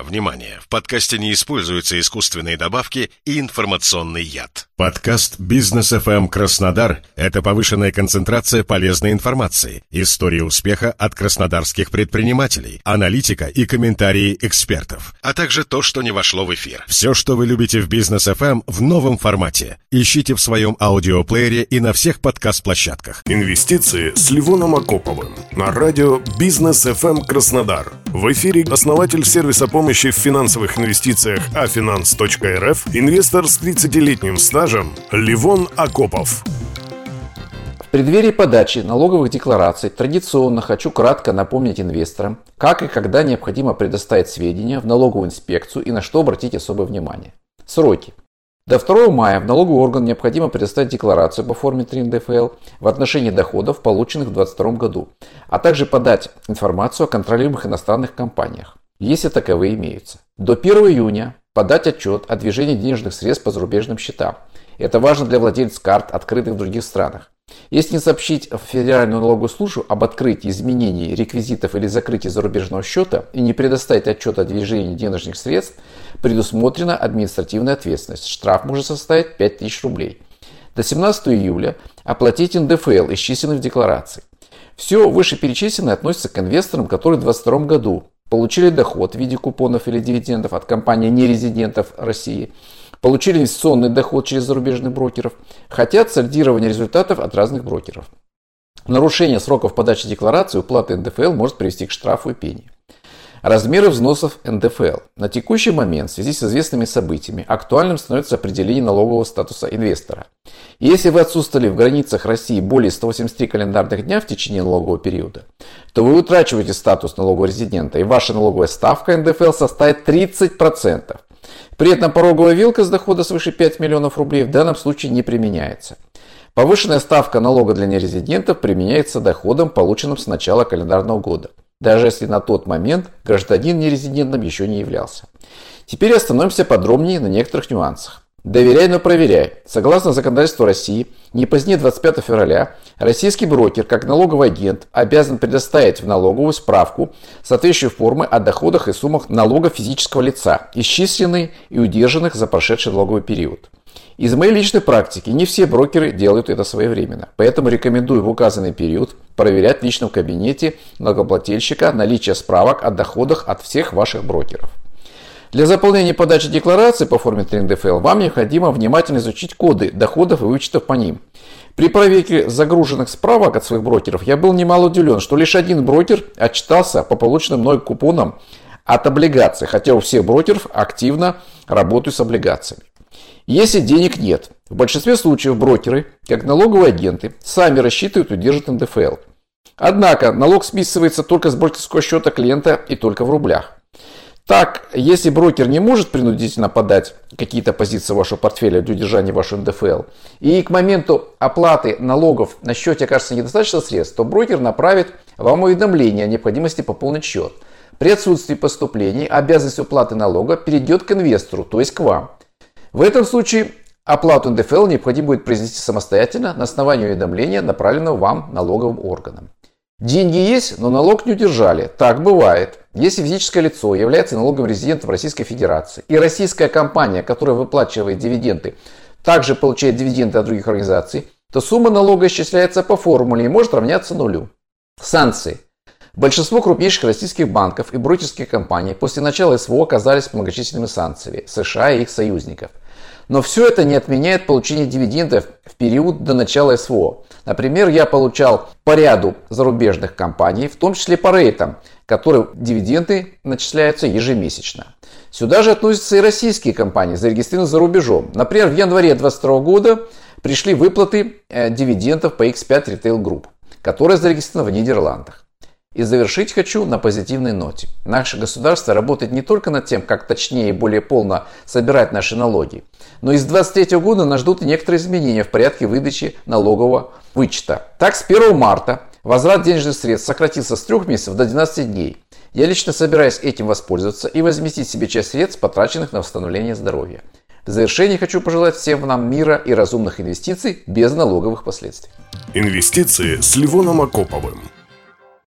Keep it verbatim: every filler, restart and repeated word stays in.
Внимание! В подкасте не используются искусственные добавки и информационный яд. Подкаст «Бизнес эф эм Краснодар» — это повышенная концентрация полезной информации, истории успеха от краснодарских предпринимателей, аналитика и комментарии экспертов, А также то, что не вошло в эфир. все, что вы любите в «Бизнес эф эм» в новом формате. Ищите в своем аудиоплеере и на всех подкаст-площадках. Инвестиции с Левоном Акоповым на радио «Бизнес эф эм Краснодар». В эфире основатель сервиса помощи в финансовых инвестициях афинанс точка эр эф, инвестор с тридцатилетним стажем Левон Акопов. В преддверии подачи налоговых деклараций традиционно хочу кратко напомнить инвесторам, как и когда необходимо предоставить сведения в налоговую инспекцию и на что обратить особое внимание. Сроки. До второго мая в налоговый орган необходимо предоставить декларацию по форме три эн дэ эф эл в отношении доходов, полученных в две тысячи двадцать втором году, а также подать информацию о контролируемых иностранных компаниях, если таковые имеются. До первого июня подать отчет о движении денежных средств по зарубежным счетам. Это важно для владельцев карт, открытых в других странах. Если не сообщить в Федеральную налоговую службу об открытии, изменении реквизитов или закрытии зарубежного счета и не предоставить отчет о движении денежных средств, предусмотрена административная ответственность. Штраф может составить пять тысяч рублей. До семнадцатого июля оплатить эн дэ эф эл, исчисленный в декларации. Все вышеперечисленное относится к инвесторам, которые в две тысячи двадцать втором году получили доход в виде купонов или дивидендов от компаний нерезидентов России, получили инвестиционный доход через зарубежных брокеров, хотят солидирования результатов от разных брокеров. Нарушение сроков подачи декларации уплаты эн дэ эф эл может привести к штрафу и пени. Размеры взносов эн дэ эф эл. На текущий момент в связи с известными событиями актуальным становится определение налогового статуса инвестора. Если вы отсутствовали в границах России более ста восьмидесяти трёх календарных дня в течение налогового периода, то вы утрачиваете статус налогового резидента, и ваша налоговая ставка эн дэ эф эл составит тридцать процентов. При этом пороговая вилка с дохода свыше пяти миллионов рублей в данном случае не применяется. Повышенная ставка налога для нерезидентов применяется доходом, полученным с начала календарного года, даже если на тот момент гражданин нерезидентом еще не являлся. Теперь остановимся подробнее на некоторых нюансах. Доверяй, но проверяй. Согласно законодательству России, не позднее двадцать пятого февраля российский брокер, как налоговый агент, обязан предоставить в налоговую справку соответствующей формы о доходах и суммах налога физического лица, исчисленных и удержанных за прошедший налоговый период. Из моей личной практики не все брокеры делают это своевременно, поэтому рекомендую в указанный период проверять в личном кабинете налогоплательщика наличие справок о доходах от всех ваших брокеров. Для заполнения подачи декларации по форме три эн дэ эф эл вам необходимо внимательно изучить коды доходов и вычетов по ним. При проверке загруженных справок от своих брокеров я был немало удивлен, что лишь один брокер отчитался по полученным мной купонам от облигаций, хотя у всех брокеров активно работают с облигациями. Если денег нет, в большинстве случаев брокеры, как налоговые агенты, сами рассчитывают и удерживают эн дэ эф эл. Однако налог списывается только с брокерского счета клиента и только в рублях. Так, если брокер не может принудительно подать какие-то позиции вашего портфеля для удержания вашего эн дэ эф эл, и к моменту оплаты налогов на счете окажется недостаточно средств, то брокер направит вам уведомление о необходимости пополнить счет. При отсутствии поступлений обязанность уплаты налога перейдет к инвестору, то есть к вам. В этом случае оплату эн дэ эф эл необходимо будет произвести самостоятельно на основании уведомления, направленного вам налоговым органом. Деньги есть, но налог не удержали. Так бывает. Если физическое лицо является налоговым резидентом Российской Федерации и российская компания, которая выплачивает дивиденды, также получает дивиденды от других организаций, то сумма налога исчисляется по формуле и может равняться нулю. Санкции. Большинство крупнейших российских банков и брокерских компаний после начала эс вэ о оказались под многочисленными санкциями США и их союзников. Но все это не отменяет получение дивидендов в период до начала эс вэ о. Например, я получал по ряду зарубежных компаний, в том числе по рейтам, которые дивиденды начисляются ежемесячно. Сюда же относятся и российские компании, зарегистрированные за рубежом. Например, в январе две тысячи двадцать второго года пришли выплаты дивидендов по икс пять Retail Group, которая зарегистрирована в Нидерландах. И завершить хочу на позитивной ноте. Наше государство работает не только над тем, как точнее и более полно собирать наши налоги, но и с две тысячи двадцать третьего года нас ждут и некоторые изменения в порядке выдачи налогового вычета. Так, с первого марта возврат денежных средств сократился с трёх месяцев до двенадцати дней. Я лично собираюсь этим воспользоваться и возместить себе часть средств, потраченных на восстановление здоровья. В завершение хочу пожелать всем нам мира и разумных инвестиций без налоговых последствий. Инвестиции с Левоном Акоповым.